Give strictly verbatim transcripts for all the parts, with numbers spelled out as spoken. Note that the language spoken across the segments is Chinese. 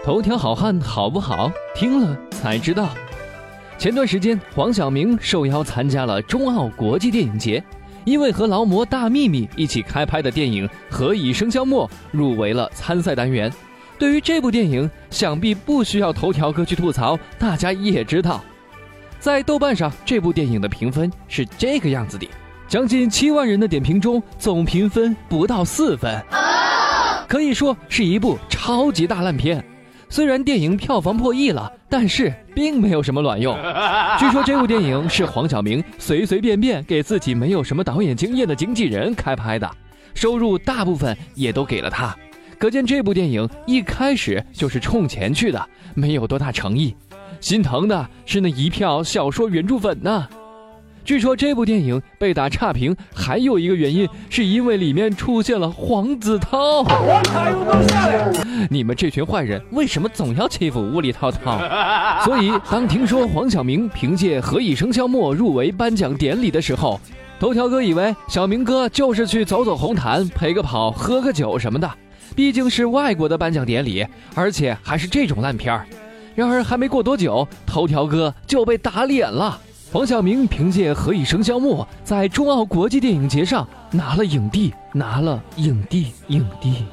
头条好汉好不好？听了才知道。前段时间，黄晓明受邀参加了中澳国际电影节，因为和劳模大幂幂一起开拍的电影《何以笙箫默》入围了参赛单元。对于这部电影，想必不需要头条哥去吐槽，大家也知道。在豆瓣上，这部电影的评分是这个样子的：将近七万人的点评中，总评分不到四分，可以说是一部超级大烂片。虽然电影票房破亿了，但是并没有什么卵用。据说这部电影是黄晓明随随便便给自己没有什么导演经验的经纪人开拍的，收入大部分也都给了他。可见这部电影一开始就是冲钱去的，没有多大诚意。心疼的是那一票小说原著粉呢。据说这部电影被打差评，还有一个原因是因为里面出现了黄子韬。你们这群坏人为什么总要欺负无厘滔滔？所以当听说黄晓明凭借《何以笙箫默》入围颁奖典礼的时候，头条哥以为小明哥就是去走走红毯，陪个跑，喝个酒什么的，毕竟是外国的颁奖典礼，而且还是这种烂片儿。然而还没过多久，头条哥就被打脸了。黄晓明凭借《何以笙箫默》在中澳国际电影节上拿了影帝，拿了影帝，影帝。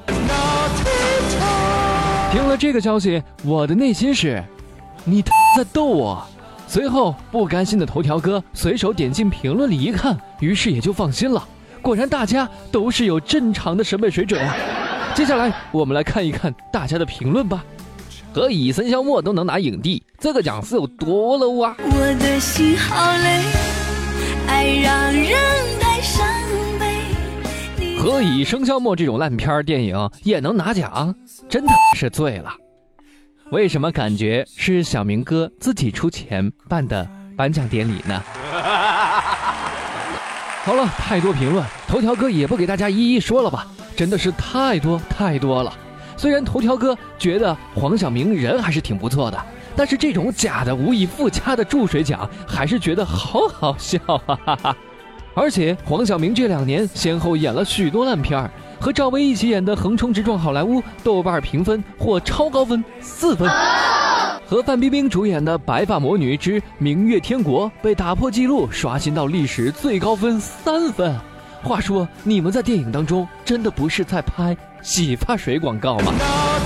听了这个消息，我的内心是，你在逗我。随后不甘心的头条哥随手点进评论里一看，于是也就放心了。果然大家都是有正常的审美水准啊。接下来我们来看一看大家的评论吧。何以笙箫默都能拿影帝，这个奖是有多 low 啊！ 我的心好累，爱让人太伤悲。 何以笙箫默这种烂片电影也能拿奖，真的是醉了。为什么感觉是小明哥自己出钱办的颁奖典礼呢？好了，太多评论，头条哥也不给大家一一说了吧，真的是太多太多了。虽然头条哥觉得黄晓明人还是挺不错的，但是这种假的无以复加的注水奖还是觉得好好笑啊！哈哈。而且黄晓明这两年先后演了许多烂片，和赵薇一起演的《横冲直撞好莱坞》豆瓣评分获超高分四分，和范冰冰主演的《白发魔女之明月天国》被打破纪录，刷新到历史最高分三分。话说你们在电影当中真的不是在拍洗发水广告吗？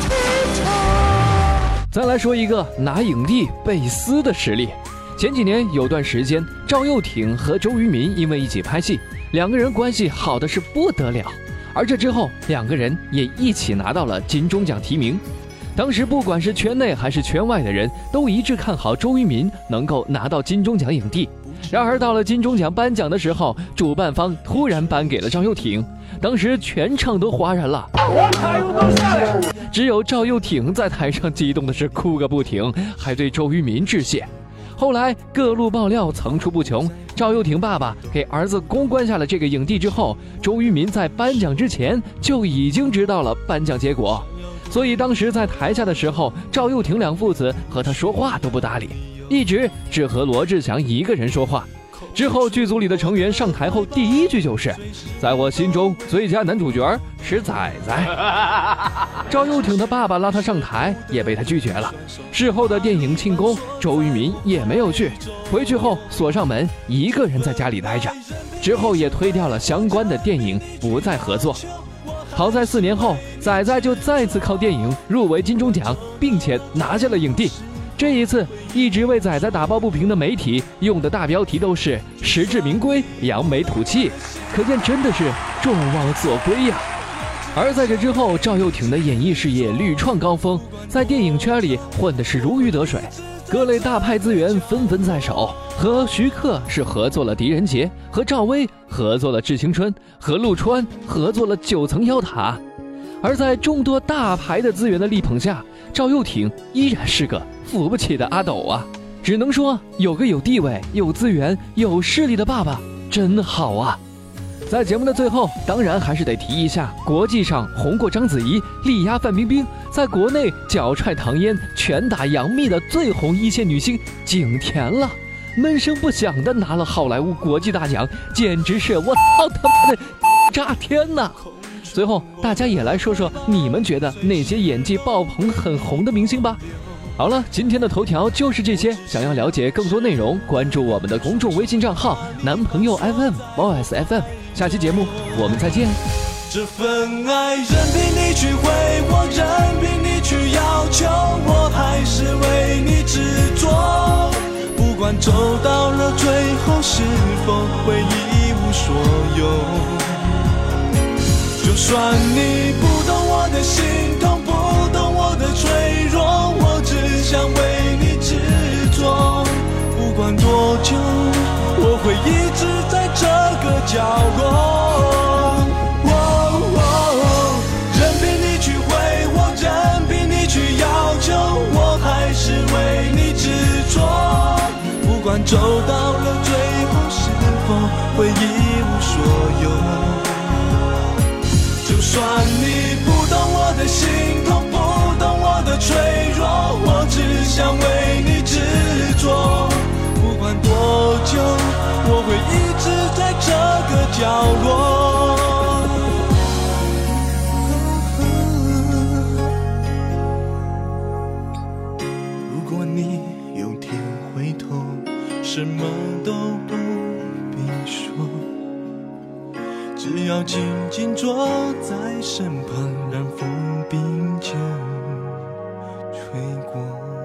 再来说一个拿影帝被撕的实例。前几年有段时间，赵又廷和周渝民因为一起拍戏，两个人关系好的是不得了，而这之后两个人也一起拿到了金钟奖提名。当时不管是圈内还是圈外的人都一致看好周渝民能够拿到金钟奖影帝。然而到了金钟奖颁奖的时候，主办方突然颁给了赵又廷，当时全场都哗然了，只有赵又廷在台上激动的是哭个不停，还对周渝民致谢。后来各路爆料层出不穷，赵又廷爸爸给儿子公关下了这个影帝之后，周渝民在颁奖之前就已经知道了颁奖结果，所以当时在台下的时候，赵又廷两父子和他说话都不搭理，一直只和罗志祥一个人说话。之后剧组里的成员上台后第一句就是在我心中最佳男主角是仔仔。赵又廷的爸爸拉他上台也被他拒绝了。事后的电影庆功，周渝民也没有去，回去后锁上门一个人在家里待着，之后也推掉了相关的电影，不再合作。好在四年后，仔仔就再次靠电影入围金钟奖，并且拿下了影帝。这一次一直为仔仔打抱不平的媒体用的大标题都是实至名归，扬眉吐气，可见真的是众望所归呀。而在这之后，赵又廷的演艺事业屡创高峰，在电影圈里混的是如鱼得水，各类大牌资源纷纷在手，和徐克是合作了《狄仁杰》，和赵薇合作了《致青春》，和陆川合作了《九层妖塔》。而在众多大牌的资源的力捧下，赵又廷依然是个扶不起的阿斗啊！只能说有个有地位、有资源、有势力的爸爸真好啊！在节目的最后，当然还是得提一下国际上红过章子怡、力压范冰冰，在国内脚踹唐嫣、拳打杨幂的最红一线女星景甜了，闷声不响的拿了好莱坞国际大奖，简直是我操他妈的炸天呐！ 最后大家也来说说你们觉得那些演技爆棚很红的明星吧。好了，今天的头条就是这些，想要了解更多内容，关注我们的公众微信账号男朋友 F M Boys F M， 下期节目我们再见。 这份爱任凭你去挥霍，任凭你去要求，我还是为你执着。不管走到了最后是否会一无所有，就算你不懂我的心痛，不懂我的脆弱，我只想为你执着。不管多久，我会一直在这个角落。我还是为你执着，不管走到了最后是否会一无所有。就算你不懂我的心痛，不懂我的脆弱，我只想为你执着。不管多久，我会一直在这个角落。什么都不必说，只要静静坐在身旁，让风并肩吹过。